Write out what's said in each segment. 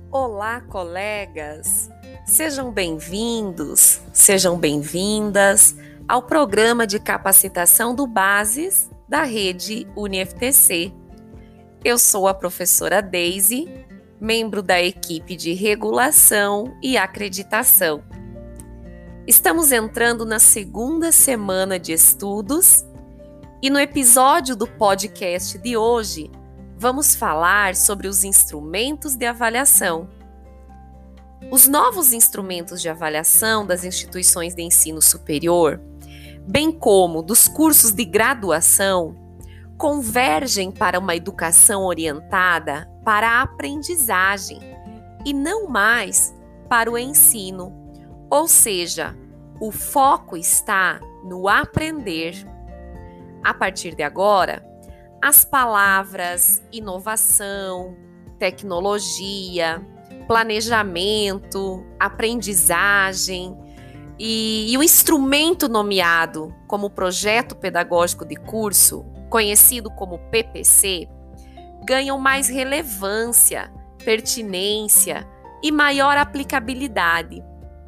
Olá, colegas! Sejam bem-vindos, sejam bem-vindas ao programa de capacitação do Bases da rede UniFTC. Eu sou a professora Deise, membro da equipe de regulação e acreditação. Estamos entrando na segunda semana de estudos e no episódio do podcast de hoje, vamos falar sobre os instrumentos de avaliação. Os novos instrumentos de avaliação das instituições de ensino superior, bem como dos cursos de graduação, convergem para uma educação orientada para a aprendizagem e não mais para o ensino, ou seja, o foco está no aprender. A partir de agora, as palavras inovação, tecnologia, planejamento, aprendizagem e o instrumento nomeado como projeto pedagógico de curso, conhecido como PPC, ganham mais relevância, pertinência e maior aplicabilidade.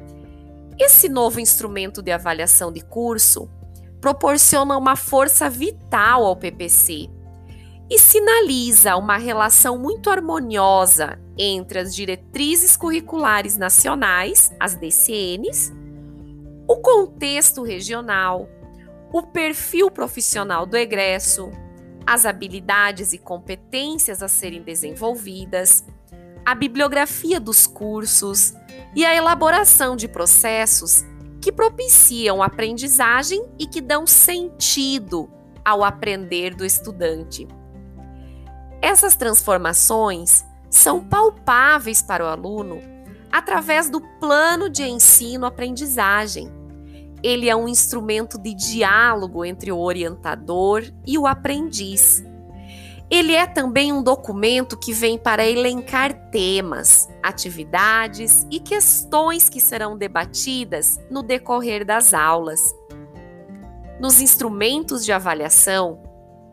Esse novo instrumento de avaliação de curso proporciona uma força vital ao PPC e sinaliza uma relação muito harmoniosa entre as diretrizes curriculares nacionais, as DCNs, o contexto regional, o perfil profissional do egresso, as habilidades e competências a serem desenvolvidas, a bibliografia dos cursos e a elaboração de processos que propiciam a aprendizagem e que dão sentido ao aprender do estudante. Essas transformações são palpáveis para o aluno através do plano de ensino-aprendizagem. Ele é um instrumento de diálogo entre o orientador e o aprendiz. Ele é também um documento que vem para elencar temas, atividades e questões que serão debatidas no decorrer das aulas. Nos instrumentos de avaliação,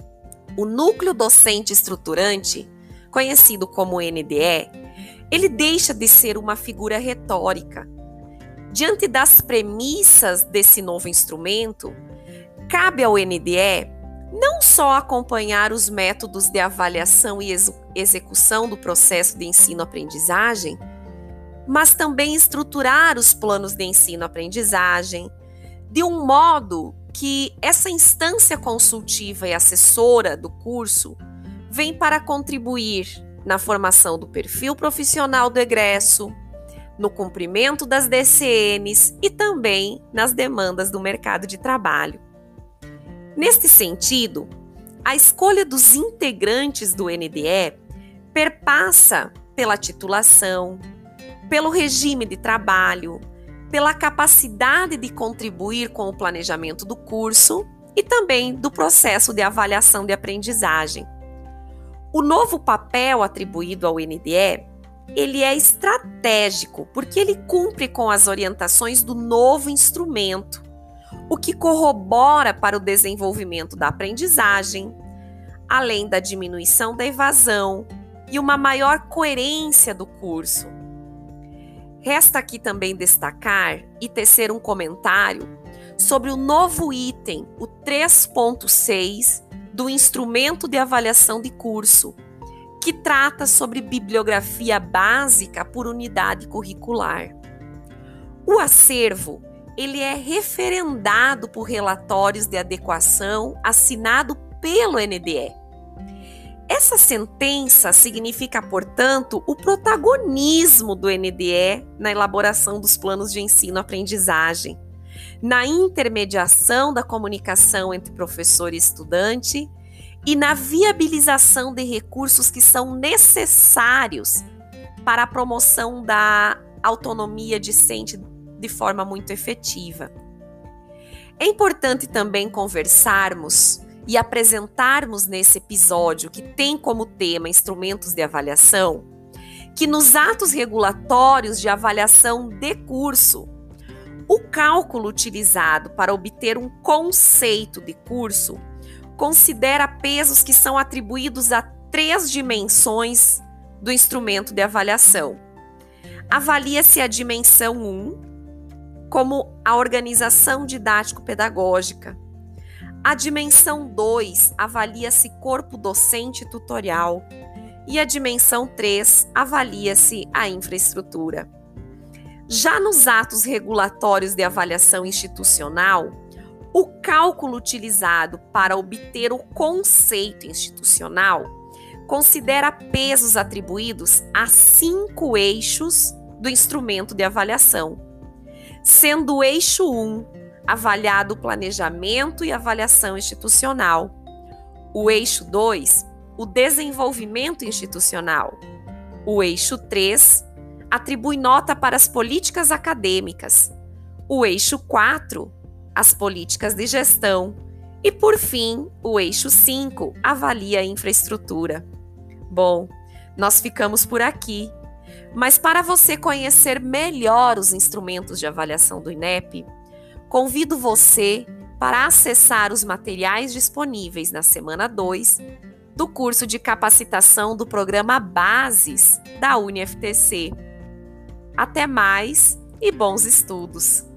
o núcleo docente estruturante, conhecido como NDE, ele deixa de ser uma figura retórica. Diante das premissas desse novo instrumento, cabe ao NDE não só acompanhar os métodos de avaliação e execução do processo de ensino-aprendizagem, mas também estruturar os planos de ensino-aprendizagem de um modo que essa instância consultiva e assessora do curso vem para contribuir na formação do perfil profissional do egresso, no cumprimento das DCNs e também nas demandas do mercado de trabalho. Neste sentido, a escolha dos integrantes do NDE perpassa pela titulação, pelo regime de trabalho, pela capacidade de contribuir com o planejamento do curso e também do processo de avaliação de aprendizagem. O novo papel atribuído ao NDE, ele é estratégico porque ele cumpre com as orientações do novo instrumento, o que corrobora para o desenvolvimento da aprendizagem, além da diminuição da evasão e uma maior coerência do curso. Resta aqui também destacar e tecer um comentário sobre o novo item, o 3.6 do instrumento de avaliação de curso, que trata sobre bibliografia básica por unidade curricular. O acervo, ele é referendado por relatórios de adequação assinado pelo NDE. Essa sentença significa, portanto, o protagonismo do NDE na elaboração dos planos de ensino-aprendizagem, na intermediação da comunicação entre professor e estudante e na viabilização de recursos que são necessários para a promoção da autonomia discente de forma muito efetiva. É importante também conversarmos e apresentarmos nesse episódio, que tem como tema instrumentos de avaliação, que nos atos regulatórios de avaliação de curso, o cálculo utilizado para obter um conceito de curso considera pesos que são atribuídos a 3 dimensões do instrumento de avaliação. avalia-se a dimensão 1, como a organização didático-pedagógica. A dimensão 2 avalia-se corpo docente e tutorial. E a dimensão 3 avalia-se a infraestrutura. Já nos atos regulatórios de avaliação institucional, o cálculo utilizado para obter o conceito institucional considera pesos atribuídos a 5 eixos do instrumento de avaliação, sendo o eixo 1 avaliado o planejamento e avaliação institucional, o eixo 2, o desenvolvimento institucional, o eixo 3 atribui nota para as políticas acadêmicas, o eixo 4, as políticas de gestão e, por fim, o eixo 5 avalia a infraestrutura. Bom, nós ficamos por aqui, mas para você conhecer melhor os instrumentos de avaliação do INEP, convido você para acessar os materiais disponíveis na semana 2 do curso de capacitação do programa Bases da UniFTC. Até mais e bons estudos!